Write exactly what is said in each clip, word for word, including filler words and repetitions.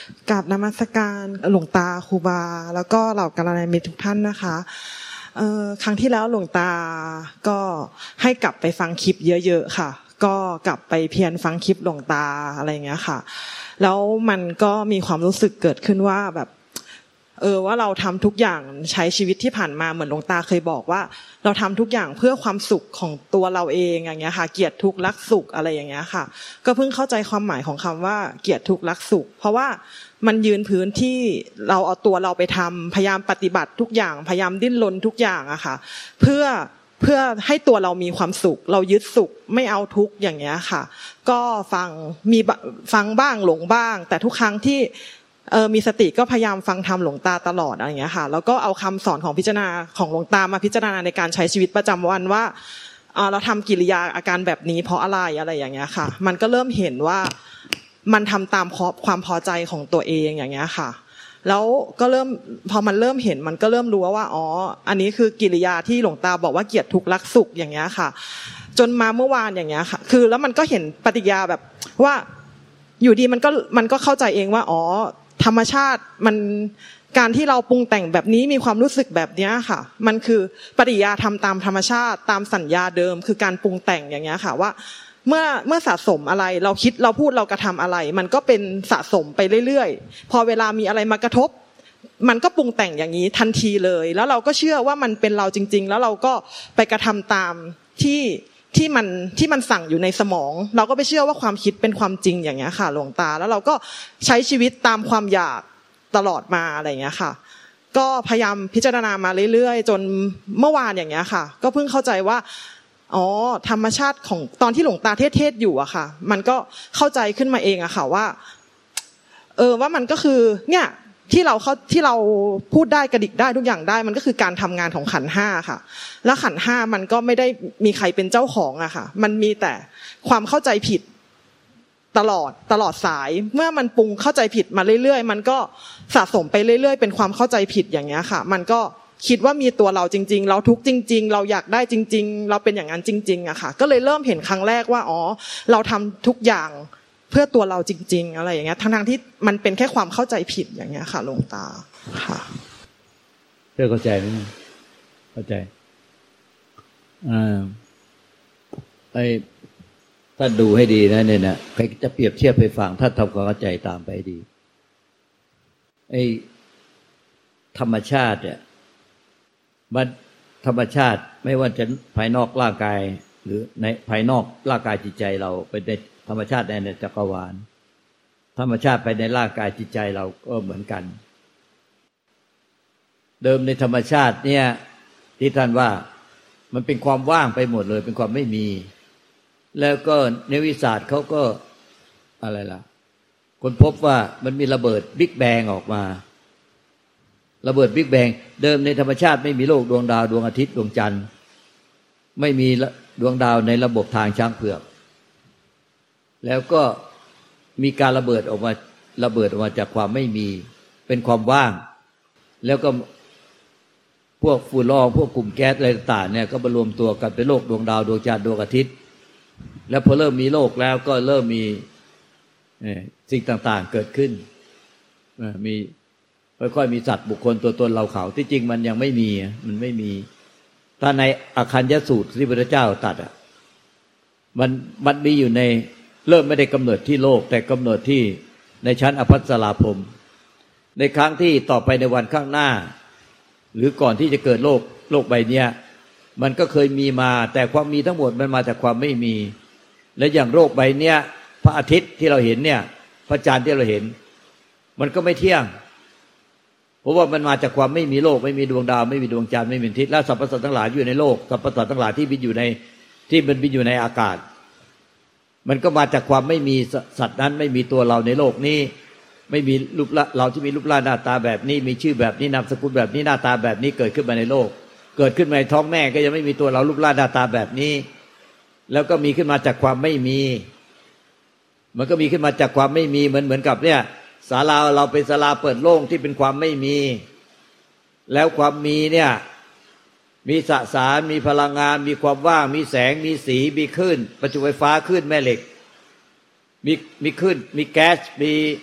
กราบนมัสการหลวงตาครูบาแล้วก็เหล่ากัลยาณมิตรทุกท่านนะคะเอ่อครั้งที่แล้วหลวงตาก็ให้กลับไปฟังคลิปเยอะๆค่ะก็กลับไปเพียรฟังคลิปหลวงตาอะไรอย่างเงี้ยค่ะแล้วมันก็มีความรู้สึกเกิดขึ้นว่าแบบเออว่าเราทำทุกอย่างใช้ชีวิตที่ผ่านมาเหมือนหลวงตาเคยบอกว่าเราทำทุกอย่างเพื่อความสุขของตัวเราเองอย่างเงี้ยค่ะเกียรติทุกข์รักสุขอะไรอย่างเงี้ยค่ะก็เพิ่งเข้าใจความหมายของคำว่าเกียรติทุกข์รักสุขเพราะว่ามันยืนพื้นที่เราเอาตัวเราไปทำพยายามปฏิบัติทุกอย่างพยายามดิ้นรนทุกอย่างอะค่ะเพื่อเพื่อให้ตัวเรามีความสุขเรายึดสุขไม่เอาทุกข์อย่างเงี้ยค่ะก็ฟังมีฟังบ้างหลงบ้างแต่ทุกครั้งที่เออมีสติก็พยายามฟังธรรมหลวงตาตลอดอะไรอย่างเงี้ยค่ะแล้วก็เอาคำสอนของพิจารณาของหลวงตามาพิจารณาในการใช้ชีวิตประจำวันว่าเออเราทำกิริยาอาการแบบนี้เพราะอะไรอะไรอย่างเงี้ยค่ะมันก็เริ่มเห็นว่ามันทำตามความพอใจของตัวเองอย่างเงี้ยค่ะแล้วก็เริ่มพอมันเริ่มเห็นมันก็เริ่มรู้ว่าอ๋ออันนี้คือกิริยาที่หลวงตาบอกว่าเกียรติทุกข์รักสุขอย่างเงี้ยค่ะจนมาเมื่อวานอย่างเงี้ยค่ะคือแล้วมันก็เห็นปฏิกิริยาแบบว่าอยู่ดีมันก็มันก็เข้าใจเองว่าอ๋อธรรมชาติมันการที่เราปรุงแต่งแบบนี้มีความรู้สึกแบบนี้ค่ะมันคือปฏิกิริยาทำตามธรรมชาติตามสัญญาเดิมคือการปรุงแต่งอย่างเงี้ยค่ะว่าเมื่อเมื่อสะสมอะไรเราคิดเราพูดเรากระทำอะไรมันก็เป็นสะสมไปเรื่อยๆพอเวลามีอะไรมากระทบมันก็ปรุงแต่งอย่างนี้ทันทีเลยแล้วเราก็เชื่อว่ามันเป็นเราจริงๆแล้วเราก็ไปกระทำตามที่ที่มันที่มันสั่งอยู่ในสมองเราก็ไปเชื่อว่าความคิดเป็นความจริงอย่างเงี้ยค่ะหลวงตาแล้วเราก็ใช้ชีวิตตามความอยากตลอดมาอะไรอย่างเงี้ยค่ะก็พยายามพิจารณามาเรื่อยๆจนเมื่อวานอย่างเงี้ยค่ะก็เพิ่งเข้าใจว่าอ๋อธรรมชาติของตอนที่หลวงตาเทศๆอยู่อะค่ะมันก็เข้าใจขึ้นมาเองอะค่ะว่าเออว่ามันก็คือเนี่ยที่เราเขาที่เราพูดได้กระดิกได้ทุกอย่างได้มันก็คือการทำงานของขันธ์ห้าค่ะแล้วขันธ์ห้ามันก็ไม่ได้มีใครเป็นเจ้าของอะค่ะมันมีแต่ความเข้าใจผิดตลอดตลอดสายเมื่อมันปรุงเข้าใจผิดมาเรื่อยๆมันก็สะสมไปเรื่อยๆเป็นความเข้าใจผิดอย่างเงี้ยค่ะมันก็คิดว่ามีตัวเราจริงๆเราทุกข์จริงๆเราอยากได้จริงๆเราเป็นอย่างนั้นจริงๆอะค่ะก็เลยเริ่มเห็นครั้งแรกว่าอ๋อเราทำทุกอย่างเพื่อตัวเราจริงๆอะไรอย่างเงี้ยทั้งๆที่มันเป็นแค่ความเข้าใจผิดอย่างเงี้ยค่ะหลวงตาค่ะเธอเข้าใจไหมเข้าใจอ่าไอ้ถ้าดูให้ดีนะเนี่ยนะใครจะเปรียบเทียบให้ฟังถ้าทำความเข้าใจตามไปดีไอ้ธรรมชาติเนี่ยมันธรรมชาติไม่ว่าจะภายนอกร่างกายหรือในภายนอกร่างกายจิตใจเราเป็นในธรรมชาติในจักรวาลธรรมชาติไปในร่างกายจิตใจเราก็เหมือนกันเดิมในธรรมชาติเนี่ยที่ท่านว่ามันเป็นความว่างไปหมดเลยเป็นความไม่มีแล้วก็นักวิทยาศาสตร์เขาก็อะไรล่ะคนพบว่ามันมีระเบิดบิ๊กแบงออกมาระเบิดบิ๊กแบงเดิมในธรรมชาติไม่มีโลกดวงดาวดวงอาทิตย์ดวงจันทร์ไม่มีดวงดาวในระบบทางช้างเผือกแล้วก็มีการระเบิดออกมาระเบิดออกมาจากความไม่มีเป็นความว่างแล้วก็พวกฝุ่นละอองพวกกลุ่มแก๊สอะไรต่างๆเนี่ยก็มารวมตัวกันเป็นโลกดวงดาวดวงจันทร์ดวงอาทิตย์แล้วพอเริ่มมีโลกแล้วก็เริ่มมีสิ่งต่างๆเกิดขึ้นมีค่อยๆมีสัตว์บุคคลตัวตนเราเขาที่จริงมันยังไม่มีมันไม่มีถ้าในอคัญญสูตรที่พระพุทธเจ้าตรัสอ่ะมันมันมีอยู่ในเริ่มไม่ได้กำเนิดที่โลกแต่กำเนิดที่ในชั้นอภัสราพรหมในครั้งที่ต่อไปในวันข้างหน้าหรือก่อนที่จะเกิดโลกโลกใบนี้มันก็เคยมีมาแต่ความมีทั้งหมดมันมาจากความไม่มีและอย่างโลกใบนี้พระอาทิตย์ที่เราเห็นเนี่ยพระจันทร์ที่เราเห็นมันก็ไม่เที่ยงเพราะว่ามันมาจากความไม่มีโลกไม่มีดวงดาวไม่มีดวงจันทร์ไม่มีอาทิตย์และสรรพสัตว์ทั้งหลายอยู่ในโลกสรรพสัตว์ทั้งหลายที่บินอยู่ในที่มันบินอยู่ในอากาศมันก็มาจากความไม่มีสัตว์นั้นไม่มีตัวเราในโลกนี้ไม่มีรูปเราที่มีรูปร่างหน้าตาแบบนี้มีชื่อแบบนี้นามสกุลแบบนี้หน้าตาแบบนี้เกิดขึ้นมาในโลกเกิดขึ้นมาในท้องแม่ก็ยังไม่มีตัวเรารูปร่างหน้าตาแบบนี้แล้วก็มีขึ้นมาจากความไม่มีมันก็มีขึ้นมาจากความไม่มีเหมือนเหมือนกับเนี่ยศาลาเราเป็นศาลาเปิดโล่งที่เป็นความไม่มีแล้วความมีเนี่ยมีสสารมีพลังงานมีความว่างมีแสงมีสีมีคลื่นประจุไฟฟ้าคลื่นแม่เหล็กมีมีคลื่นมีแก๊สมี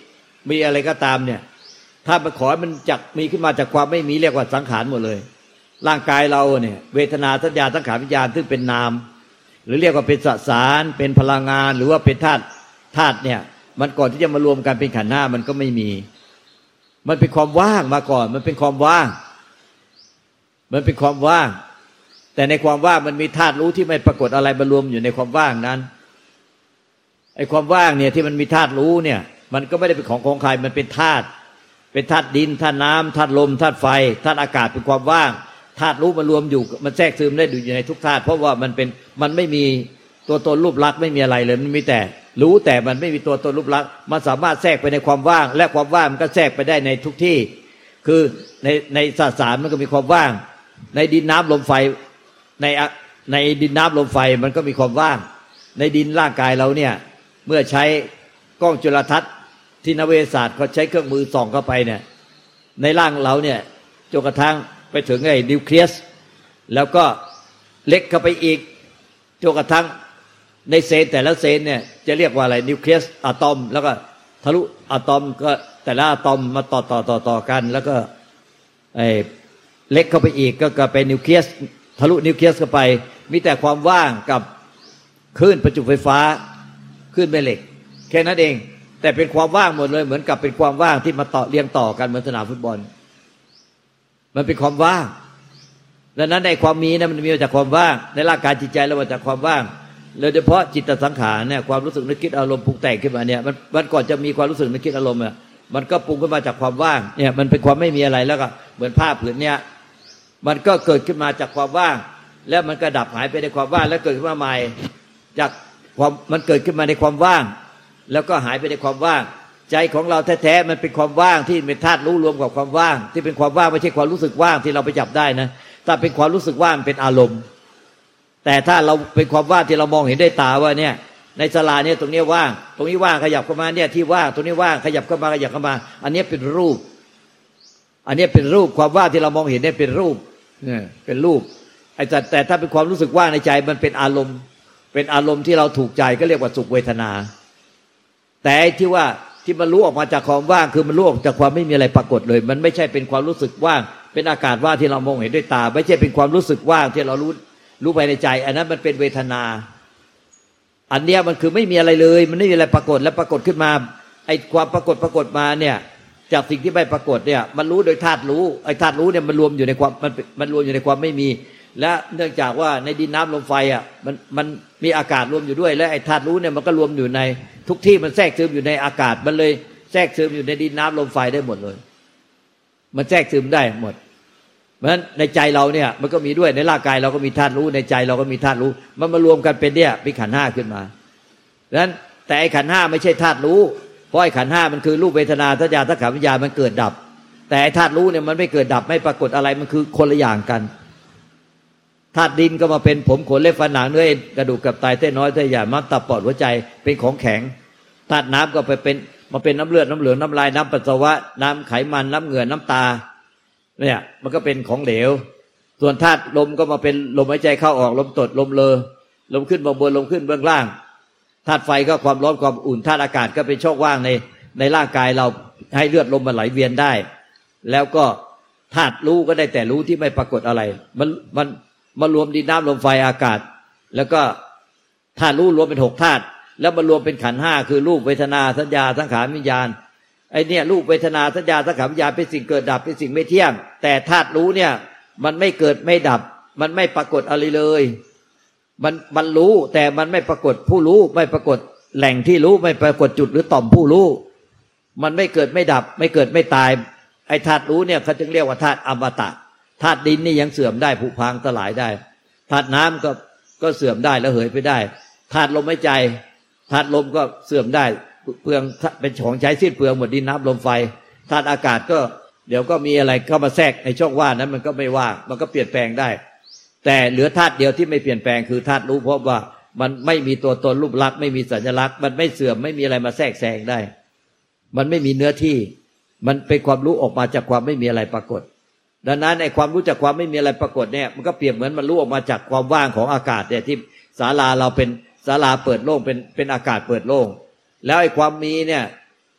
มีอะไรก็ตามเนี่ยถ้ามันขอมันจักมีขึ้นมาจากความไม่มีเรียกว่าสังขารหมดเลยร่างกายเราเนี่ยเวทนาสัญญาสังขารวิญญาณซึ่งเป็นนามหรือเรียกว่าเป็นสสารเป็นพลังงานหรือว่าเป็นธาตุธาตุเนี่ยมันก่อนที่จะมารวมกันเป็นขันธ์ห้ามันก็ไม่มีมันเป็นความว่างมาก่อนมันเป็นความว่างมันเป็นความว่างแต่ในความว่างมันมีธาตุรู้ที่ไม่ปรากฏอะไรมารวมอยู่ในความว่างนั้นไอ้ความว่างเนี่ยที่มันมีธาตุรู้เนี่ยมันก็ไม่ได้เป็นของของใครมันเป็นธาตุเป็นธาตุดินธาตุน้ำธาตุลมธาตุไฟธาตุอากาศเป็นความว่างธาตุรู้มันรวมอยู่มันแทรกซึมได้อยู่ในทุกธาตุเพราะว่ามันเป็นมันไม่มีตัวตนรูปลักษณ์ไม่มีอะไรเลยมันมีแต่รู้แต่มันไม่มีตัวตนรูปลักษณ์มันสามารถแทรกไปในความว่างและความว่างมันก็แทรกไปได้ในทุกที่คือในในสสารมันก็มีความว่างในดินน้ำลมไฟในในดินน้ำลมไฟมันก็มีความว่างในดินร่างกายเราเนี่ยเมื่อใช้กล้องจุลทรรศน์ที่นักวิทยาศาสตร์เขาใช้เครื่องมือส่องเข้าไปเนี่ยในร่างเราเนี่ยจนกระทั่งไปถึงไอ้นิวเคลียสแล้วก็เล็กเข้าไปอีกจนกระทั่งในเซลล์แต่ละเซลล์เนี่ยจะเรียกว่าอะไรนิวเคลียสอะตอมแล้วก็ทะลุอะตอมก็แต่ละอะตอมมาต่อต่อต่อต่อกันแล้วก็ไอ้เล็กเข้าไปอีกก็กลายเป็นนิวเคลียสทะลุนิวเคลียสเข้าไปมีแต่ความว่างกับคลื่นประจุไฟฟ้าคลื่นแม่เหล็กแค่นั้นเองแต่เป็นความว่างหมดเลยเหมือนกับเป็นความว่างที่มาต่อเรียงต่อกันเหมือนสนามฟุตบอลมันเป็นความว่างดังนั้นในความมีนะมันมีมาจากความว่างในร่างกายจิตใจเรามาจากความว่างโดยเฉพาะจิตสังขารเนี่ยความรู้สึกนึกคิดอารมณ์ปรุงแต่งขึ้นมาเนี่ยมันมันก่อนจะมีความรู้สึกนึกคิดอารมณ์อ่ะมันก็ปรุงขึ้นมาจากความว่างเนี่ยมันเป็นความไม่มีอะไรแล้วก็เหมือนผ้าผืนเนี่ยมันก็เกิดขึ้นมาจากความว่างแล้วมันก็ดับหายไปในความว่างแล้วเกิดขึ้นมาใหม่จากความมันเกิดขึ้นมาในความว่างแล้วก็หายไปในความว่างใจของเราแท้ๆมันเป็นความว่างที่เป็นธาตุรู้รวมกับความว่างที่เป็นความว่างไม่ใช่ความรู้สึกว่างที่เราไปจับได้นะถ้าเป็นความรู้สึกว่างเป็นอารมณ์แต่ถ้าเราเป็นความว่างที่เรามองเห็นด้วยตาว่าเนี่ยในศาลาเนี่ยตรงนี้ว่างตรงนี้ว่างขยับเข้ามาเนี่ยที่ว่างตรงนี้ว่างขยับเข้ามาขยับเข้ามาอันนี้เป็นรูปอันนี้เป็นรูปความว่างที่เรามองเห็นเนี่ยเป็นรูปเนี่ยเป็นรูปไอ้แต่แต่ถ้าเป็นความรู้สึกว่างในใจมันเป็นอารมณ์เป็นอารมณ์ที่เราถูกใจก็เรียกว่าสุขเวทนาแต่ที่ว่าที่มันรู้ออกมาจากความว่างคือมันรู้ออกจากความไม่มีอะไรปรากฏเลยมันไม่ใช่เป็นความรู้สึกว่างเป็นอากาศว่างที่เรามองเห็นด้วยตาไม่ใช่เป็นความรู้สึกว่างที่เรารู้รู้ภายในใจอันนั้นมันเป็นเวทนาอันเนี้ยมันคือไม่มีอะไรเลยมันไม่มีอะไรปรากฏแล้วปรากฏขึ้นมาไอ้ความปรากฏปรากฏมาเนี่ยจากสิ่งที่ไม่ปรากฏเนี่ยมันรู้โดยธาตุรู้ไอ้ธาตุรู้เนี่ยมันรวมอยู่ในความมันมันรวมอยู่ในความไม่มีและเนื่องจากว่าในดินน้ำลมไฟอ่ะมันมันมีอากาศรวมอยู่ด้วยและไอ้ธาตุรู้เนี่ยมันก็รวมอยู่ในทุกที่มันแทรกซึมอยู่ในอากาศมันเลยแทรกซึมอยู่ในดินน้ำลมไฟได้หมดเลยมันแทรกซึมได้หมดเพราะฉะนั้นในใจเราเนี่ยมันก็มีด้วยในร่างกายเราก็มีธาตุรู้ในใจเราก็มีธาตุรู้มันมารวมกันเป็นเนี่ยเป็นขันธ์ห้าขึ้นมาดังนั้นแต่ไอ้ขันธ์ห้าไม่ใช่ธาตุรู้เพราะไอ้ขันธ์ห้ามันคือรูปเวทนาสัญญาสังขารวิญญาณมันเกิดดับแต่ไอ้ธาตุรู้เนี่ยมันไม่เกิดดับไม่ปรากฏอะไรมันคือคนละอย่างกันธาตุดินก็มาเป็นผมขนเล็บฟันหนังเนื้อเอ็นกระดูกกับไตเส้นน้อยเส้นใหญ่ม้ามตับปอดหัวใจเป็นของแข็งธาตุน้ำก็ไปเป็นมาเป็นน้ำเลือดน้ำเหลืองน้ำลายน้ำปัสสาวะน้ำไขมันน้ำเหงื่อน้ำตาเนี่ยมันก็เป็นของเหลวส่วนธาตุลมก็มาเป็นลมหายใจเข้าออกลมตดลมเลอลมขึ้นเบื้องบนลมขึ้นเบื้องล่างธาตุไฟก็ความร้อนความอุ่นธาตุอากาศก็เป็นช่องว่างในในร่างกายเราให้เลือดลมมันไหลเวียนได้แล้วก็ธาตุรู้ก็ได้แต่รู้ที่ไม่ปรากฏอะไรมันมันมารวมดินน้ำลมไฟอากาศแล้วก็ธาตุรู้รวมเป็นหกธาตุแล้วมารวมเป็นขันธ์ห้าคือรูปเวทนาสัญญาสังขารวิญญาณไอ้เนี่ยรูปเวทนาสัญญาสังขารวิญญาณเป็นสิ่งเกิดดับเป็นสิ่งไม่เที่ยงแต่ธาตุรู้เนี่ยมันไม่เกิดไม่ดับมันไม่ปรากฏอะไรเลยมันมันรู้แต่มันไม่ปรากฏผู้รู้ไม่ปรากฏแหล่งที่รู้ไม่ปรากฏจุดหรือต่อมผู้รู้มันไม่เกิดไม่ดับไม่เกิดไม่ตายไอ้ธาตุรู้เนี่ยเขาจึงเรียกว่าธาตุอมตะธาตุดินนี่ยังเสื่อมได้ผุพังสลายได้ธาตุน้ำก็ก็เสื่อมได้แล้วเหยไปได้ธาตุลมหายใจธาตุลมก็เสื่อมได้เปลืองเป็นของใช้สิ้นเปลืองหมดดินน้ำลมไฟธาตุอากาศก็เดี๋ยวก็มีอะไรเข้ามาแทรกในช่องว่างนั้นมันก็ไม่ว่างมันก็เปลี่ยนแปลงได้แต่เหลือธาตุเดียวที่ไม่เปลี่ยนแปลงคือธาตุรู้เพราะว่ามันไม่มีตัวตนรูปลักษณ์ไม่มีสัญลักษณ์มันไม่เสื่อมไม่มีอะไรมาแทรกแซงได้มันไม่มีเนื้อที่มันเป็นความรู้ออกมาจากความไม่มีอะไรปรากฏดังนั้นไอ้ความรู้จากความไม่มีอะไรปรากฏเนี่ยมันก็เปรียบเหมือนมันรู้ออกมาจากความว่างของอากาศเนี่ยที่ศาลาเราเป็นศาลาเปิดโล่งเป็นเป็นอากาศเปิดโล่งแล้วไอ้ความมีเนี่ย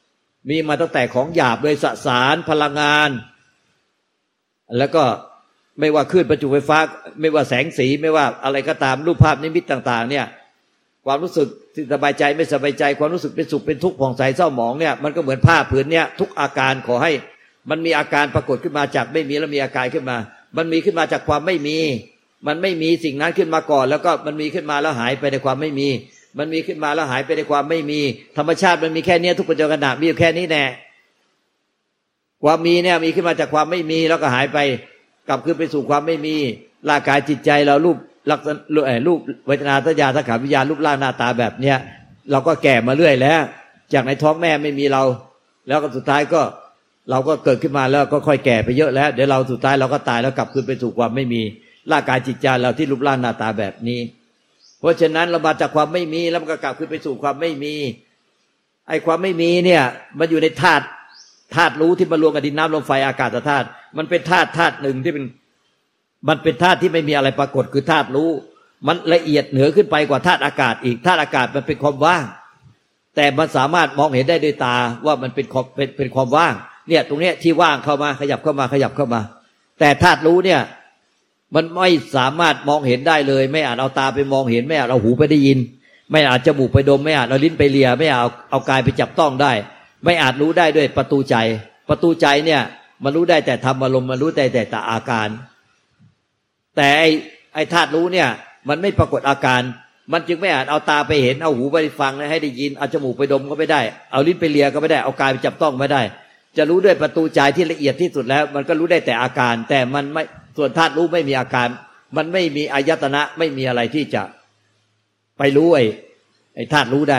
มีมาตั้งแต่ของหยาบโดยสสารพลังงานแล้วก็ไม่ว่าคลื่นประจุไฟฟ้าไม่ว่าแสงสีไม่ว่าอะไรก็ตามรูปภาพนิมิตต่างๆเนี่ยความรู้สึกที่สบายใจไม่สบายใจความรู้สึกเป็นสุขเป็นทุกข์ผ่องใสเศร้าหมองเนี่ยมันก็เหมือนผ้าผืนเนี่ยทุกอาการขอให้มันมีอาการปรากฏขึ้นมาจากไม่มีแล้วมีอาการขึ้นมามันมีขึ้นมาจากความไม่มีมันไม่มีสิ่งนั้นขึ้นมาก่อนแล้วก็มันมีขึ้นมาแล้วหายไปในความไม่มีมันมีขึ้นมาแล้วหายไปในความไม่มีธรรมชาติมันมีแค่นี้ทุกปัจจุบันขณะมีอยู่แค่นี้แน่ความมีเนี่ยมีขึ้นมาจากความไม่มีแล้วก็หายไปกลับคืนไปสู่ความไม่มีร่างกายจิตใจเรารูปลักษณะรูปเวทนาสัญญาสังขารวิญญาณรูปร่างหน้าตาแบบเนี้ยเราก็แก่มาเรื่อยแล้วจากในท้องแม่ไม่มีเราแล้วก็สุดท้ายก็เราก็เกิดขึ้นมาแล้วก็ค่อยแก่ไปเยอะแล้วเดี๋ยวเราสุดท้ายเราก็ตายแล้วกลับคืนไปสู่ความไม่มีร่างกายจิตใจเราที่รูปร่างหน้าตาแบบนี้เพราะฉะนั้นเรามาจากความไม่มีแล้วมันก็กลับคืนไปสู่ความไม่มีไอ้ความไม่มีเนี่ยมันอยู่ในธาตุธาตุรู้ที่มารวมกับดินน้ำลมไฟอากาศธาตุมันเป็นธาตุธาตุหนึ่งที่เป็นมันเป็นธาตุที่ไม่มีอะไรปรากฏคือธาตุรู้มันละเอียดเหนือขึ้นไปกว่าธาตุอากาศอีกธาตุอากาศมันเป็นความว่างแต่มันสามารถมองเห็นได้ด้วยตาว่ามันเป็นเป็นเป็นความว่างเนี่ยตรงเนี้ยที่ว่างเข้ามาขยับเข้ามาขยับเข้ามาแต่ธาตุรู้เนี่ยมันไม่สามารถมองเห็นได้เลยไม่อาจเอาตาไปมองเห็นไม่อาจเอาหูไปได้ยินไม่อาจจมูกไปดมไม่อาจเอาลิ้นไปเลียไม่อาจเอาเอากายไปจับต้องได้ไม่อาจรู้ได้ด้วยประตูใจประตูใจเนี่ยมันรู้ได้แต่ธรรมอารมณ์มันรู้ได้แต่แต่อาการแต่ไอ้ไอ้ธาตุรู้เนี่ยมันไม่ปรากฏอาการมันจึงไม่อาจเอาตาไปเห็นเอาหูไปฟังให้ได้ยินเอาจมูกไปดมก็ไม่ได้เอาลิ้นไปเลียก็ไม่ได้เอากายไปจับต้องไม่ได้จะรู้ด้วยประตูใจที่ละเอียดที่สุดแล้วมันก็รู้ได้แต่อาการแต่มันไม่ส่วนธาตุรู้ไม่มีอาการมันไม่มีอายตนะไม่มีอะไรที่จะไปรู้ไอ้ไอ้ธาตุรู้ได้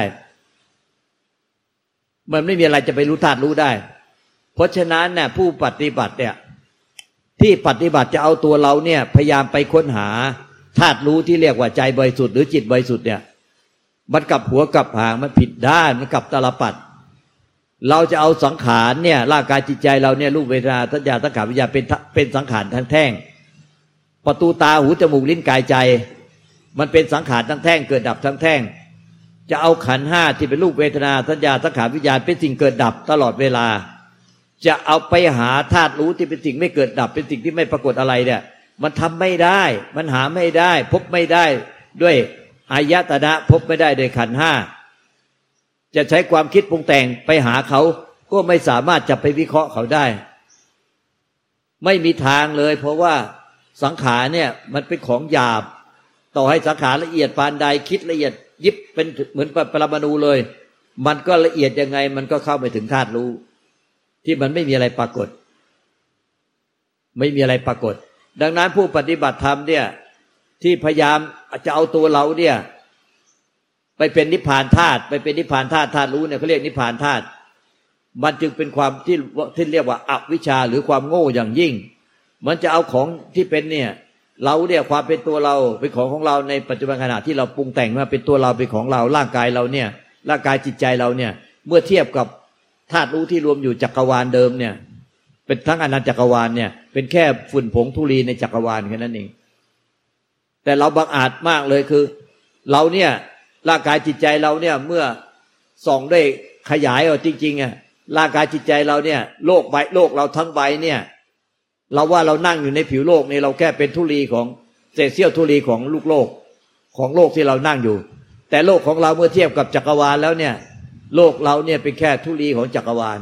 มันไม่มีอะไรจะไปรู้ธาตุรู้ได้เพราะฉะนั้นเนี่ยผู้ปฏิบัติเนี่ยที่ปฏิบัติจะเอาตัวเราเนี่ยพยายามไปค้นหาธาตุรู้ที่เรียกว่าใจบริสุทธิ์หรือจิตบริสุทธิ์เนี่ยมันกลับหัวกลับหางมันผิดด้านมันกลับตลปัดเราจะเอาสังขารเนี่ยร่างกายจิตใจเราเนี่ยรูปเวทนาสัญญาสังขารวิญญาณเป็นเป็นสังขารทั้งแท่งประตูตาหูจมูกลิ้นกายใจมันเป็นสังขารทั้งแท่งเกิดดับทั้งแท่งจะเอาขันธ์ห้าที่เป็นรูปเวทนาสัญญาสังขารวิญญาณเป็นสิ่งเกิดดับตลอดเวลาจะเอาไปหาธาตุรู้ที่เป็นสิ่งไม่เกิดดับเป็นสิ่งที่ไม่ปรากฏอะไรเนี่ยมันทำไม่ได้มันหาไม่ได้พบไม่ได้ด้วยอายตนะพบไม่ได้ด้วยขันธ์ห้าจะใช้ความคิดปรุงแต่งไปหาเขาก็ไม่สามารถจะไปวิเคราะห์เขาได้ไม่มีทางเลยเพราะว่าสังขารเนี่ยมันเป็นของหยาบต่อให้สังขารละเอียดปานใดคิดละเอียดยิบเป็นเหมือนปรมาณูเลยมันก็ละเอียดยังไงมันก็เข้าไปถึงธาตุรู้ที่มันไม่มีอะไรปรากฏไม่มีอะไรปรากฏดังนั้นผู้ปฏิบัติธรรมเนี่ยที่พยายามจะเอาตัวเราเนี่ยไปเป็นนิพพานธาตุไปเป็นนิพพานธาตุธาตุรู้เนี่ยเขาเรียกนิพพานธาตุมันจึงเป็นความที่ที่เรียกว่าอวิชชาหรือความโง่อย่างยิ่งมันจะเอาของที่เป็นเนี่ยเราเนี่ยความเป็นตัวเราเป็นของของเราในปัจจุบันขณะที่เราปรุงแต่งมาเป็นตัวเราเป็นของเราร่างกายเราเนี่ยร่างกายจิตใจเราเนี่ยเมื่อเทียบกับธาตุรู้ที่รวมอยู่จักรวาลเดิมเนี่ยเป็นทั้งอนันตจักรวาลเนี่ยเป็นแค่ฝุ่นผงธุลีในจักรวาลแค่นั้นเองแต่เราบังอาจมากเลยคือเราเนี่ยร่างกายจิตใจเราเนี่ยเมื่อส่องได้ขยายออกจริงๆอ่ะร่างกายจิตใจเราเนี่ยโลกใบโลกเราทั้งใบเนี่ยเราว่าเรานั่งอยู่ในผิวโลกนี่เราแค่เป็นธุลีของเศษเสี้ยวธุลีของลูกโลกของโลกที่เรานั่งอยู่แต่โลกของเราเมื่อเทียบกับจักรวาลแล้วเนี่ยโลกเราเนี่ยเป็นแค่ธุลีของจักรวาล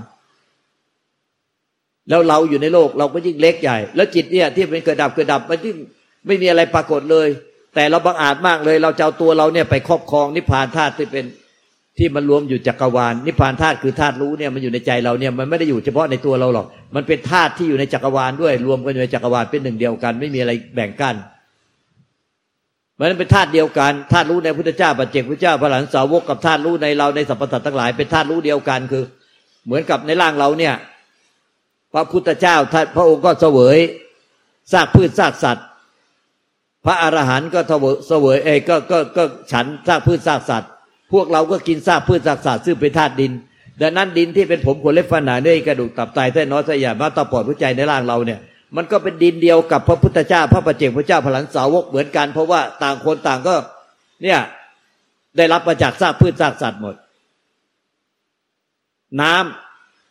แล้วเราอยู่ในโลกเราก็ยิ่งเล็กใหญ่แล้วจิตเนี่ยที่เป็นเกิดดับเกิดดับมันยิ่งไม่มีอะไรปรากฏเลยแต่เราบังอาจมากเลยเราจะเอาตัวเราเนี่ยไปครอบครองนิพพานธาตุที่เป็นที่มันรวมอยู่จักรวาลนิพพานธาตุคือธาตุรู้เนี่ยมันอยู่ในใจเราเนี่ยมันไม่ได้อยู่เฉพาะในตัวเราหรอกมันเป็นธาตุที่อยู่ในจักรวาลด้วยรวมกันอยู่ในจักรวาลเป็นหนึ่งเดียวกันไม่มีอะไรแบ่งกั้นมันเป็นธาตุเดียวกันธาตุรู้ในพุทธเจ้าปัจเจกพุทธเจ้าพระอรหันตสาวกกับธาตุรู้ในเราในสรรพสัตว์ทั้งหลายเป็นธาตุรู้เดียวกันคือเหมือนกับในร่างเราเนี่ยพระพุทธเจ้าท่านพระองค์ก็เสวยซากพืชซากสัตว์พระอรหันต์ก็เสวยเอก็ก็ก็ฉันซากพืชซากสัตว์พวกเราก็กินซากพืชซากสัตว์ซึ่งเป็นธาตุดินดังนั้นดินที่เป็นผมขนเล็บฟันหนังเนื้อกระดูกตับไตเส้นน้อยเส้นใหญ่ม้ามตาปอดหัวใจในร่างเราเนี่ยมันก็เป็นดินเดียวกับพระพุทธเจ้าพระปัจเจกพุทธเจ้าพระอรหันตสาวกเหมือนกันเพราะว่าต่างคนต่างก็เนี่ยได้รับมาจากซากพืชซากสัตว์หมดน้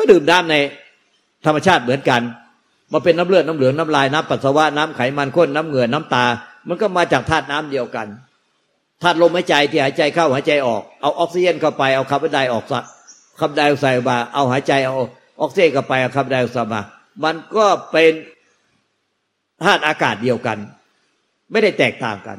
ดื่มน้ำในธรรมชาติเหมือนกันมาเป็นน้ำเลือดน้ำเหลืองน้ำลายน้ำปัสสาวะน้ำไขมันข้นน้ำเหงื่อน้ำตามันก็มาจากธาตุน้ำเดียวกันธาตุลมหายใจที่หายใจเข้าหายใจออกเอาออกซิเจนเข้าไปเอาคาร์บอนไดออกซัดคาร์บอนไดออกไซด์มาเอาหายใจเอาออกซิเจนเข้าไปเอาคาร์บอนไดออกไซด์มามันก็เป็นธาตุอากาศเดียวกันไม่ได้แตกต่างกัน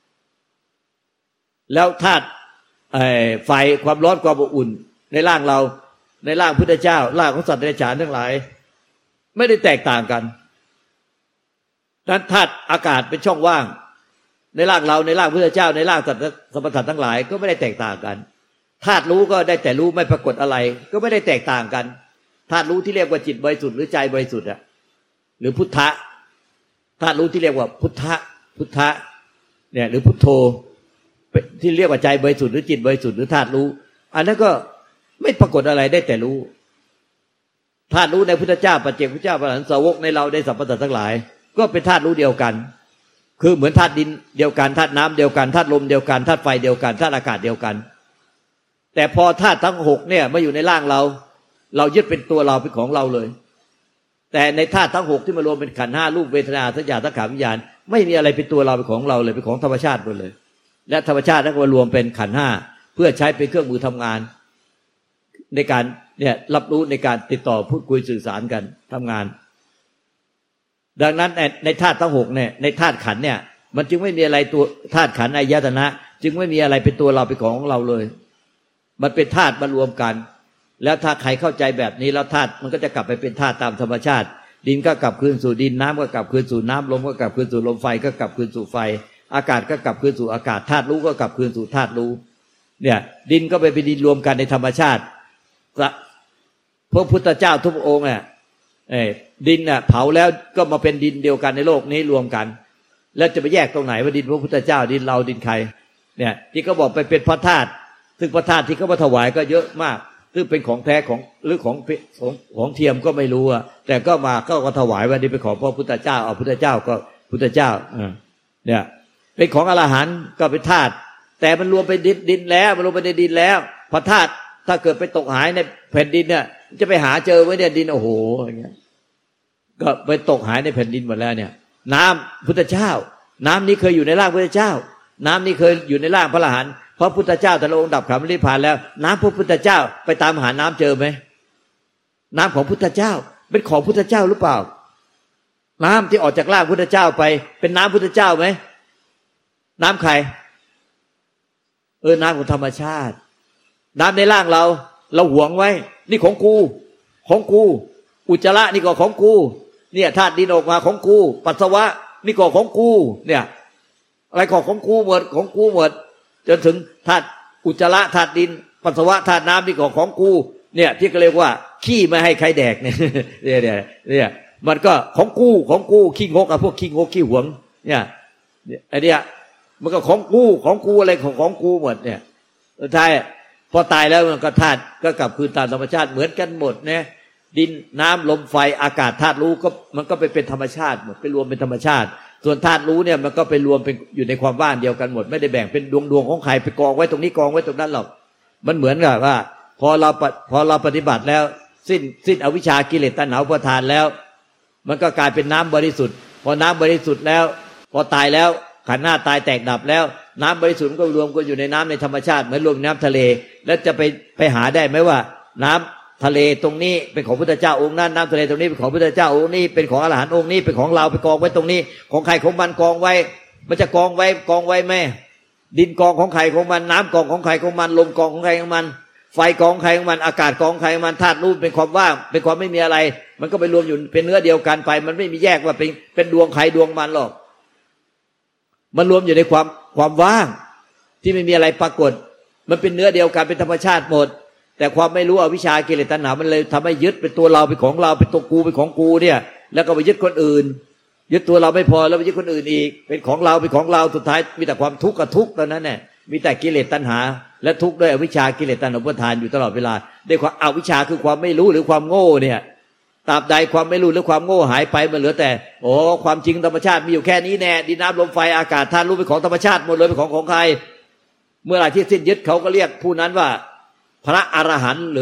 แล้วธาตุไฟความร้อนความอบอุ่นในร่างเราในร่างพุทธเจ้าร่างของสัตว์เดรัจฉานทั้งหลายไม่ได้แตกต่างกันนั้นธาตุอากาศเป็นช่องว่างในร่างเราในร่างพุทธเจ้าในร่างสัตว์สรรพสัตว์ทั้งหลายก็ไม่ได้แตกต่างกันธาตุรู้ก็ได้แต่รู้ไม่ปรากฏอะไรก็ไม่ได้แตกต่างกันธาตุรู้ที่เรียกว่าจิตบริสุทธิ์หรือใจบริสุทธิ์อะหรือพุทธะธาตุรู้ที่เรียกว่าพุทธะพุทธะเนี่ยหรือพุทโธที่เรียกว่าใจบริสุทธิ์หรือจิตบริสุทธิ์หรือธาตุรู้อันนั้นก็ไม่ปรากฏอะไรได้แต่รู้ธาตุรู้ในพุทธเจ้าปัจเจกพุทธเจ้าพระอรหันตสาวกในเราได้สรรพสัตว์ทั้งหลายก็เป็นธาตุรู้เดียวกันคือเหมือนธาตุดินเดียวกันธาตุน้ำเดียวกันธาตุลมเดียวกันธาตุไฟเดียวกันธาตุอากาศเดียวกันแต่พอธาตุทั้งหกเนี่ยมาอยู่ในร่างเราเรายึดเป็นตัวเราเป็นของเราเลยแต่ในธาตุทั้งหกที่มารวมเป็นขันธ์ห้ารูปเวทนาสัญญาสังขารวิญญาณไม่มีอะไรเป็นตัวเราเป็นของเราเลยเป็นของธรรมชาติหมดเลยและธรรมชาตินั้นก็มารวมเป็นขันธ์ห้าเพื่อใช้เป็นเครื่องมือทำงานในการเนี่ยรับรู้ในการติดต่อพูดคุยสื่อสารกันทำงานดังนั้นในธาตุทั้งหกเนี่ยในธาตุขันธ์เนี่ยมันจึงไม่มีอะไรตัวธาตุขันธ์อายตนะจึงไม่มีอะไรเป็นตัวเราเป็นของเราเลยมันเป็นธาตุมารวมกันแล้วถ้าใครเข้าใจแบบนี้แล้วธาตุมันก็จะกลับไปเป็นธาตุตามธรรมชาติดินก็กลับคืนสู่ดินน้ำก็กลับคืนสู่น้ำลมก็กลับคืนสู่ลมไฟก็กลับคืนสู่ไฟอากาศก็กลับคืนสู่อากาศธาตุรู้ก็กลับคืนสู่ธาตุรู้เนี่ยดินก็ไปเป็นดินรวมกันในธรรมชาติพระพุทธเจ้าทุกองค์เนี่ยดินน่ะเผาแล้วก็มาเป็นดินเดียวกันในโลกนี้รวมกันแล้วจะไปแยกตรงไหนว่าดินพระพุทธเจ้าดินเราดินใครเนี่ยที่เขาบอกไปเป็นพระธาตุซึ่งพระธาตุที่เขามาถวายก็เยอะมากซึ่งเป็นของแท้ของหรือของของของเทียมก็ไม่รู้อะแต่ก็มาก็ถวายว่านี่เป็นของพระพุทธเจ้าเอาพุทธเจ้าก็พุทธเจ้าเนี่ยเป็นของอรหันต์ก็เป็นธาตุแต่มันรวมไปดินดินแล้วมันรวมไปในดินแล้วพระธาตุถ้าเกิดไปตกหายในแผ่นดินเนี่ยจะไปหาเจอไว้เนี่ยดินโอ้โหอย่างเงี้ยก็ไปตกหายในแผ่นดินหมดแล้วเนี่ยน้ำพุทธเจ้าน้ำนี้เคยอยู่ในร่างพุทธเจ้าน้ำนี้เคยอยู่ในร่างพระอรหันต์พระพุทธเจ้าแต่ละองค์ดับขันธ์นิพพานแล้วน้ำพระพุทธเจ้าไปตามหาน้ำเจอไหมน้ำของพุทธเจ้าเป็นของพุทธเจ้าหรือเปล่าน้ำที่ออกจากร่างพุทธเจ้าไปเป็นน้ำพุทธเจ้าไหมน้ำใครเออน้ำของธรรมชาติน้ำในร่างเราเราหวงไว้นี่ของกูของกูอุจจาระนี่ก็ของกูเนี่ยธาตุดินออกมาของกูปัสสาวะนี่ก็ของกูเนี่ยอะไรก็ของกูหมดของกูหมดจนถึงธาตุอุจจาระธาตุดินปัสสาวะธาตุน้ำนี่ก็ของกูเนี่ยที่เขาเรียกว่าขี้ไม่ให้ใครแดกเนี่ยเนี่ยเนี่ยมันก็ของกูของกูขี้งกอะพวกขี้งกขี้หวงเนี่ยไอเนี้ยมันก็ของกูของกูอะไรของของกูหมดเนี่ยสุดท้ายพอตายแล้วมันก็ธาตุก็กลับคืนตามธรรมชาติเหมือนกันหมดนะดินน้ำลมไฟอากาศธาตุรู้ก็มันก็ไปเป็นธรรมชาติหมดไปรวมเป็นธรรมชาติส่วนธาตุรู้เนี่ยมันก็ไปรวมเป็นอยู่ในความว่างเดียวกันหมดไม่ได้แบ่งเป็นดวงดวงของใครไปกองไว้ตรงนี้กองไว้ตรงนั้นหรอกมันเหมือนกับว่าพอเราพอเราปฏิบัติแล้วสิ้นสิ้นอวิชชากิเลสตัณหาอุปาทานแล้วมันก็กลายเป็นน้ำบริสุทธิ์พอน้ำบริสุทธิ์แล้วพอตายแล้วขันธ์หน้าตายแตกดับแล้วน้ำบริสุทธิ์ก็รวมกันอยู่ในน้ำในธรรมชาติเหมือนรวมน้ำทะเลแล้วจะไปไปหาได้ไหมว่าน้ำทะเลตรงนี้เป็นของพุทธเจ้าองค์นั้นน้ำทะเลตรงนี้เป็นของพุทธเจ้าองค์นี้เป็นของอรหันต์องค์นี้เป็นของเราไปกองไว้ตรงนี้ของใครของมันกองไว้มันจะกองไว้กองไว้แม่ดินกองของใครของมันน้ำกองของใครของมันลมกองของใครของมันไฟกองใครของมันอากาศกองใครของมันธาตุรู้เป็นความว่างเป็นความไม่มีอะไรมันก็ไปรวมอยู่เป็นเนื้อเดียวกันไปมันไม่มีแยกว่าเป็นเป็นดวงใครดวงมันหรอกมันรวมอยู่ในความความว่างที่ไม่มีอะไรปรากฏมันเป็นเนื้อเดียวกันเป็นธรรมชาติหมดแต่ความไม่รู้อวิชชากิเลสตัณหามันเลยทำให้ยึดเป็นตัวเราเป็นของเราเป็นตัวกูเป็นของกูเนี่ยแล้วก็ไปยึดคนอื่นยึดตัวเราไม่พอแล้วไปยึดคนอื่นอีกเป็นของเราเป็นของเราสุดท้ายมีแต่ความทุกข์กับทุกข์ตอนนั้นเนี่ยมีแต่กิเลสตัณหาและทุกข์ด้วยอวิชชากิเลสตัณหาอุปาทานอยู่ตลอดเวลาด้วยความอวิชชาคือความไม่รู้หรือความโง่เนี่ยตราบใดความไม่รู้หรือความโง่หายไปมันเหลือแต่โอ้ความจริงธรรมชาติมีอยู่แค่นี้แน่ดินน้ำลมไฟอากาศธาตุรู้เป็นของธรรมชาติหมดเลยเป็นของของใครเมื่อไหร่ที่สิ้นยึดเขาก็เรียกผู้นั้นว่าพระอรหันต์หรือ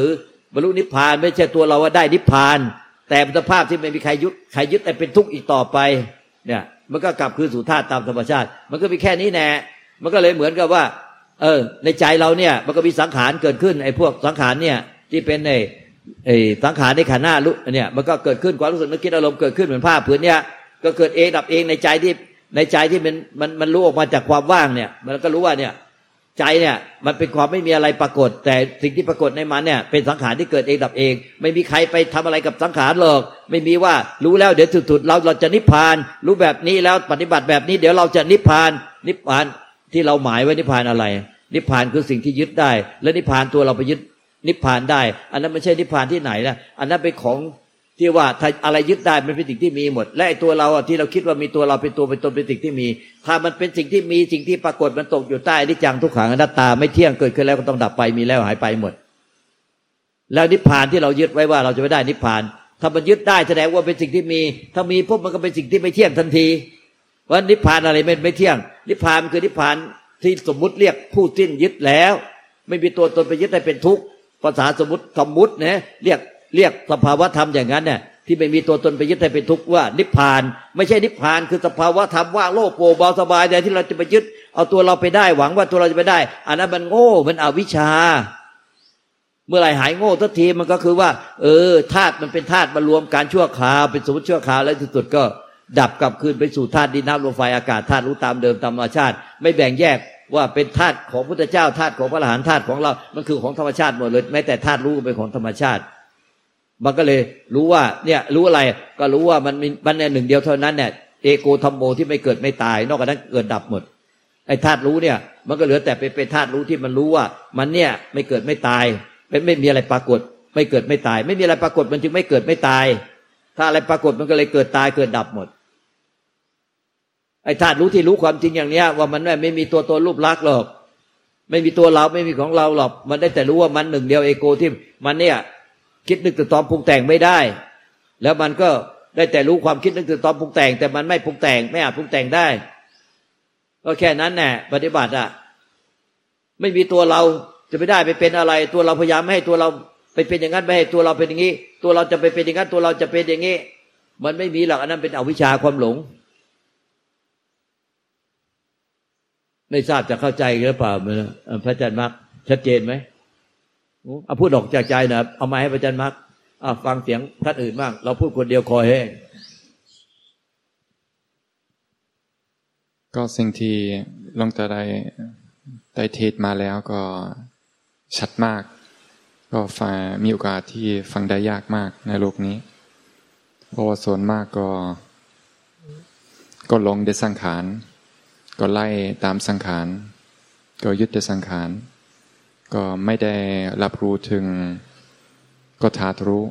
บรรลุนิพพานไม่ใช่ตัวเราว่าได้นิพพานแต่เป็นสภาพที่ไม่มีใครยึดใครยึดแต่เป็นทุกข์อีกต่อไปเนี่ยมันก็กลับคืนสู่ธาตุตามธรรมชาติมันก็มีแค่นี้แน่มันก็เลยเหมือนกับว่าเออในใจเราเนี่ยมันก็มีสังขารเกิดขึ้นไอ้พวกสังขารเนี่ยที่เป็นไอ้ไอ้สังขารในขันธ์หน้ารู้เนี่ยมันก็เกิดขึ้นความรู้สึกนึกคิดอารมณ์เกิดขึ้นเหมือนผ้าผืนเนี่ยก็เกิดเองดับเองในใจที่ในใจที่มันมันมันรู้ออกมาจากความว่างเนี่ยมันก็รู้ว่าเนี่ยใจเนี่ยมันเป็นความไม่มีอะไรปรากฏแต่สิ่งที่ปรากฏในมันเนี่ยเป็นสังขารที่เกิดเองดับเองไม่มีใครไปทำอะไรกับสังขารหรอกไม่มีว่ารู้แล้วเดี๋ยวสุดๆเราเราจะนิพพานรู้แบบนี้แล้วปฏิบัติแบบนี้เดี๋ยวเราจะนิพพานนิพพานที่เราหมายไว้นิพพานอะไรนิพพานคือสิ่งที่ยึดได้และนิพพานตัวเราไปยึดนิพพานได้อันนั้นไม่ใช่นิพพานที่ไหนนะอันนั้นเป็นของที่ว่าถ้าอะไรยึดได้มันเป็นสิ่งที่มีหมดและไอ้ตัวเราที่เราคิดว่ามีตัวเราเป็นตัวเป็นตนเป็นสิ่งที่มีถ้ามันเป็นสิ่งที่มีสิ่งที่ปรากฏมันตกอยู่ใต้อนิจจังทุกขังอนัตตาไม่เที่ยงเกิดขึ้นแล้วก็ต้องดับไปมีแล้วหายไปหมดแล้วนิพพานที่เรายึดไว้ว่าเราจะไม่ได้นิพพานถ้ามันยึดได้แสดงว่าเป็นสิ่งที่มีถ้ามีปุ๊บมันก็เป็นสิ่งที่ไม่เที่ยงทันทีว่านิพพานอะไรไม่ไม่เที่ยงนิพพานคือนิพพานที่สมมุติเรียกผู้สิ้นยึดแล้วไม่มีตัวตนไปยึดได้เป็นทุกข์ภาษาสมมุติสมมุตินะเรียกเรียกสภาวะธรรมอย่างนั้นเนี่ยที่ไม่มีตัวตนไปยึดได้เป็นทุกข์ว่านิพพานไม่ใช่นิพพานคือสภาวะธรรมว่างโล่งโปร่งเบาสบายแต่ที่เราจะไปยึดเอาตัวเราไปได้หวังว่าตัวเราจะไปได้อันนั้นมันโง่มันอวิชชาเมื่อไหร่หายโง่ทันทีมันก็คือว่าเออธาตุมันเป็นธาตุมารวมการชั่วคราวเป็นสมมติชั่วคราวแล้วที่สุดก็ดับกลับคืนไปสู่ธาตุดินน้ำลมไฟอากาศธาตุรู้ตามเดิมตามธรรมชาติไม่แบ่งแยกว่าเป็นธาตุของพุทธเจ้าธาตุของพระอรหันต์ธาตุของเรามันคือของธรรมชาติหมดเลยแม้แต่ธาตุรู้เป็นของธรรมชาติมันก็เลยรู้ว่าเนี่ยรู้อะไรก็รู้ว่ามันมันหนึ่งเดียวเท่านั้นเนี่ยเอโกธัมโมที่ไม่เกิดไม่ตายนอกจากนั้นเกิดดับหมดไอ้ธาตุรู้เนี่ยมันก็เหลือแต่เป็นเป็นธาตุรู้ที่มันรู้ว่ามันเนี่ยไม่เกิดไม่ตายไม่ไม่มีอะไรปรากฏไม่เกิดไม่ตายไม่มีอะไรปรากฏมันจึงไม่เกิดไม่ตายถ้าอะไรปรากฏมันก็เลยเกิดตายเกิดดับหมดไอ้ธาตุรู้ที่รู้ความจริงอย่างเนี้ยว่ามันไม่มีตัวตนรูปลักษณ์หรอกไม่มีตัวเราไม่มีของเราหรอกมันได้แต่รู้ว่ามันหนึ่งเดียวเอโกที่มันเนี่ยคิดนึกตึกตอมปรุงแต่งไม่ได้แล้วมันก็ได้แต่รู้ความคิดนึกตึกตอมปรุงแต่งแต่มันไม่ปรุงแต่งไม่อาจปรุงแต่งได้ก็แค่นั้นแหละปฏิบัติอ่ะไม่มีตัวเราจะไม่ได้ไปเป็นอะไรตัวเราพยายามไม่ให้ตัวเราไปเป็นอย่างนั้นไม่ให้ตัวเราเป็นอย่างนี้ตัวเราจะไปเป็นอย่างนั้นตัวเราจะเป็นอย่างนี้มันไม่มีหรอกอันนั้นเป็นอวิชชาความหลงไม่ทราบจะเข้าใจหรือเปล่าพระอาจารย์มรรคชัดเจนไหมเอาพูดออกจากใจนะเอามาให้พระอาจารย์มรรคฟังเสียงท่านอื่นบ้างเราพูดคนเดียวคอแห้งก็สิ่งที่หลวงตาได้ได้เทศมาแล้วก็ชัดมากก็ฟังมีโอกาสที่ฟังได้ยากมากในโลกนี้เพราะว่าส่วนมากก็ก็หลงในสังขารก็ไล่ตามสังขารก็ยึดในสังขารก็ไม่ได้รับรู้ถึงก็ธาตุรู้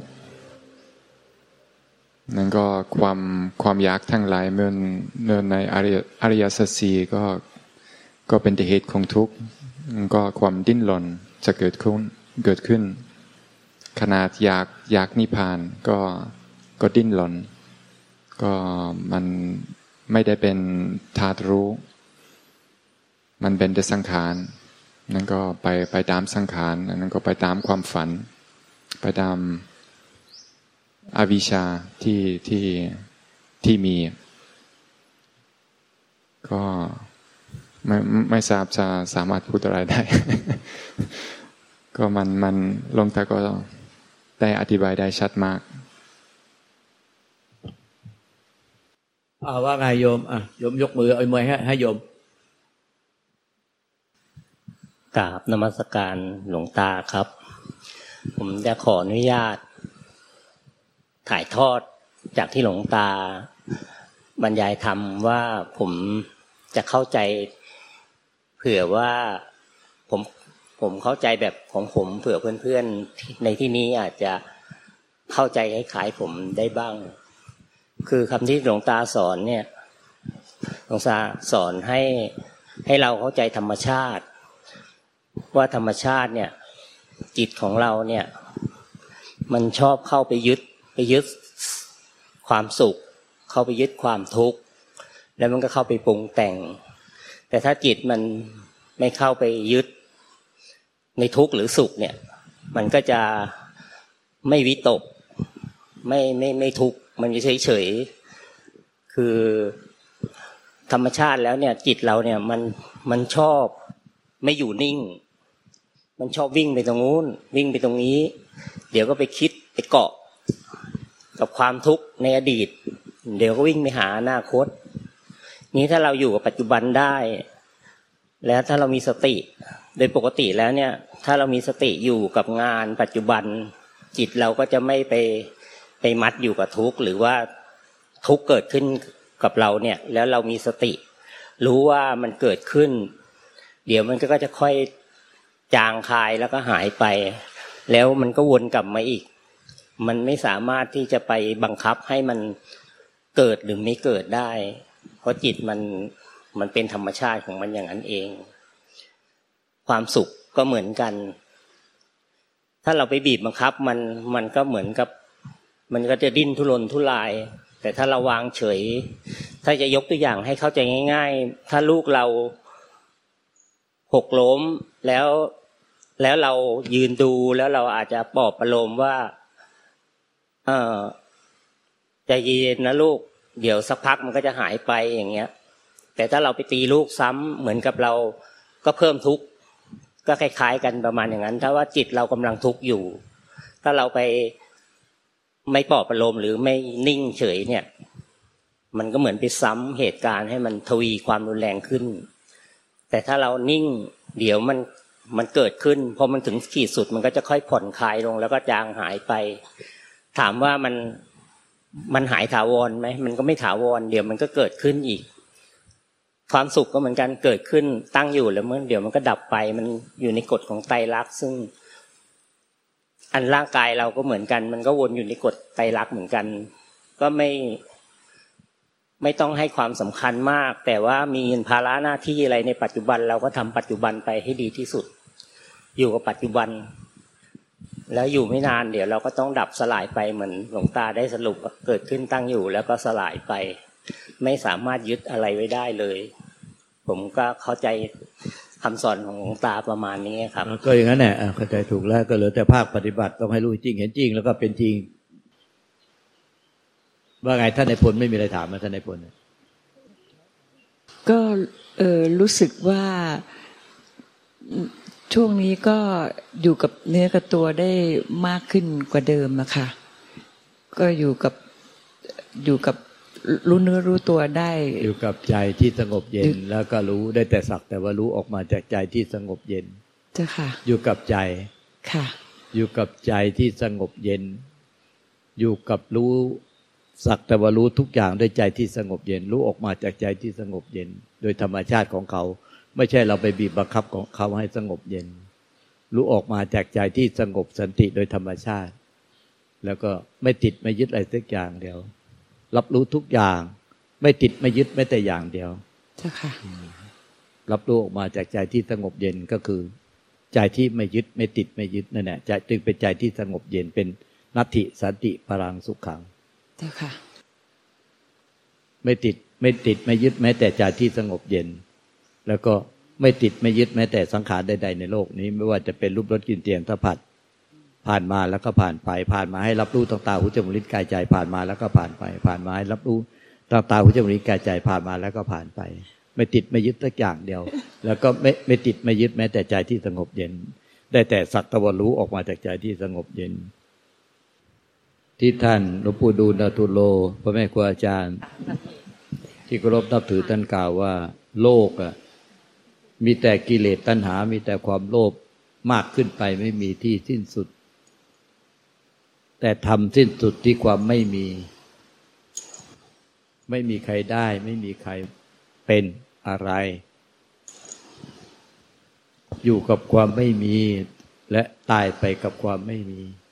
นั่นก็ความความอยากทั้งหลายเมื่อเมื่อในอริยอริยสัจสี่ก็ก็เป็นเหตุของทุกข์ก็ความดิ้นรนจะเกิดขึ้นเกิดขึ้นขนาดอยากอยากนิพพานก็ก็ดิ้นรนก็มันไม่ได้เป็นธาตุรู้มันเป็นแต่สังขารนั่นก็ไปไปตามสังขารนั่นก็ไปตามความฝันไปตามอวิชชาที่ที่ที่มีก็ไม่ไม่ทราบจะสามารถพูดอะไรได้ ก็มันมันลงตาก็ได้อธิบายได้ชัดมากอ่าว่าไงโยมอ่ะโยมยกมือเอามือให้ให้โยมกราบนมัสการหลวงตาครับผมจะขออนุญาตถ่ายทอดจากที่หลวงตาบรรยายธรรมว่าผมจะเข้าใจเผื่อว่าผมผมเข้าใจแบบของผมเผื่อเพื่อนๆในที่นี้อาจจะเข้าใจคล้ายๆผมได้บ้างคือคำที่หลวงตาสอนเนี่ยหลวงตาสอนให้ให้เราเข้าใจธรรมชาติว่าธรรมชาติเนี่ยจิตของเราเนี่ยมันชอบเข้าไปยึดไปยึดความสุขเข้าไปยึดความทุกข์แล้วมันก็เข้าไปปรุงแต่งแต่ถ้าจิตมันไม่เข้าไปยึดในทุกข์หรือสุขเนี่ยมันก็จะไม่วิตกไม่ไม่ไม่ทุกข์มันเฉยเฉยคือธรรมชาติแล้วเนี่ยจิตเราเนี่ยมันมันชอบไม่อยู่นิ่งมันชอบวิ่งไปตรงนู้นวิ่งไปตรงนี้เดี๋ยวก็ไปคิดไปเกาะกับความทุกข์ในอดีตเดี๋ยวก็วิ่งไปหาอนาคตนี้ถ้าเราอยู่กับปัจจุบันได้แล้วถ้าเรามีสติโดยปกติแล้วเนี่ยถ้าเรามีสติอยู่กับงานปัจจุบันจิตเราก็จะไม่ไปไปมัดอยู่กับทุกข์หรือว่าทุกข์เกิดขึ้นกับเราเนี่ยแล้วเรามีสติรู้ว่ามันเกิดขึ้นเดี๋ยวมันก็จะค่อยจางคายแล้วก็หายไปแล้วมันก็วนกลับมาอีกมันไม่สามารถที่จะไปบังคับให้มันเกิดหรือไม่เกิดได้เพราะจิตมันมันเป็นธรรมชาติของมันอย่างนั้นเองความสุขก็เหมือนกันถ้าเราไปบีบบังคับมันมันก็เหมือนกับมันก็จะดิ้นทุรนทุรายแต่ถ้าเราวางเฉยถ้าจะยกตัวอย่างให้เข้าใจง่ายๆถ้าลูกเราหกล้มแล้วแล้วเรายืนดูแล้วเราอาจจะปลอบประโลมว่าเออใจเย็นนะลูกเดี๋ยวสักพักมันก็จะหายไปอย่างเงี้ยแต่ถ้าเราไปตีลูกซ้ำเหมือนกับเราก็เพิ่มทุกข์ก็คล้ายๆกันประมาณอย่างนั้นถ้าว่าจิตเรากำลังทุกข์อยู่ถ้าเราไปไม่ปลอบประโลมหรือไม่นิ่งเฉยเนี่ยมันก็เหมือนไปซ้ำเหตุการณ์ให้มันทวีความรุนแรงขึ้นแต่ถ้าเรานิ่งเดี๋ยวมันมันเกิดขึ้นพอมันถึงขีดสุดมันก็จะค่อยผ่อนคลายลงแล้วก็จางหายไปถามว่ามันมันหายถาวรไหมมันก็ไม่ถาวรเดี๋ยวมันก็เกิดขึ้นอีกความสุขก็เหมือนกันเกิดขึ้นตั้งอยู่แล้วเมื่อเดี๋ยวมันก็ดับไปมันอยู่ในกฎของไตรลักษณ์ซึ่งอันร่างกายเราก็เหมือนกันมันก็วนอยู่ในกฎไตรลักษณ์เหมือนกันก็ไม่ไม่ต้องให้ความสำคัญมากแต่ว่ามีภาระหน้าที่อะไรในปัจจุบันเราก็ทำปัจจุบันไปให้ดีที่สุดอยู่กับปัจจุบันแล้วอยู่ไม่นานเดี๋ยวเราก็ต้องดับสลายไปเหมือนหลวงตาได้สรุปเกิดขึ้นตั้งอยู่แล้วก็สลายไปไม่สามารถยึดอะไรไว้ได้เลยผมก็เข้าใจคำสอนของหลวงตาประมาณนี้ครับก็อย่างนั้นแหละเข้าใจถูกแล้วก็เหลือแต่ภาคปฏิบัติต้องให้รู้จริงเห็นจริงแล้วก็เป็นจริงว่าไงท่านนายพลไม่มีอะไรถามมาท่านนายพลก็เออรู้สึกว่าช่วงนี้ก็อยู่กับเนื้อกับตัวได้มากขึ้นกว่าเดิมอะค่ะก็อยู่กับอยู่กับรู้เนื้อรู้ตัวได้อยู่กับใจที่สงบเย็นแล้วก็รู้ได้แต่สักแต่ว่ารู้ออกมาจากใจที่สงบเย็นเจ้าค่ะอยู่กับใจค่ะอยู่กับใจที่สงบเย็นอยู่กับรู้สักแต่ว่ารู้ทุกอย่างด้วยใจที่สงบเย็นรู้ออกมาจากใจที่สงบเย็นโดยธรรมชาติของเขาไม่ใช่เราไปบีบบังคับของเขาให้สงบเย็นรู้ออกมาจากใจที่สงบสันติโดยธรรมชาติแล้วก็ไม่ติดไม่ยึดอะไรสักอย่างเดียวรับรู้ทุกอย่างไม่ติดไม่ยึดแม้แต่อย่างเดียวเจ้าค่ะรับรู้ออกมาจากใจที่สงบเย็นก็คือใจที่ไม่ยึดไม่ติดไม่ยึดนั่นแหละใจจึงเป็นใจที่สงบเย็นเป็นนัตถิสันติพลังสุขขังเจ้าค่ะไม่ติดไม่ติดไม่ยึดแม้แต่ใจที่สงบเย็นแล้วก็ไม่ติดไม่ยึดแม้แต่สังขารใดๆในโลกนี้ไม่ว่าจะเป็นรูปรสกลิ่นเสียงสัมผัสผ่านมาแล้วก็ผ่านไปผ่านมาให้รับรู้ทางตาหูจมูกลิ้นกายใจผ่านมาแล้วก็ผ่านไปผ่านมาให้รับรู้ทางตาหูจมูกลิ้นกายใจผ่านมาแล้วก็ผ่านไปไม่ติดไม่ยึดสักอย่างเดียวแล้วก็ไม่ไม่ติดไม่ยึดแม้แต่ใจที่สงบเย็นได้แต่สักแต่ว่ารู้ออกมาจากใจที่สงบเย็นที่ท่านหลวงปู่ดูลย์ทุโลพระแม่ครูอาจารย์ที่เคารพนับถือท่านกล่าวว่าโลกอ่ะมีแต่กิเลสตัณหามีแต่ความโลภมากขึ้นไปไม่มีที่สิ้นสุดแต่ทำสิ้นสุดที่ความไม่มีไม่มีใครได้ไม่มีใครเป็นอะไรอยู่กับความไม่มีและตายไปกับความไม่มี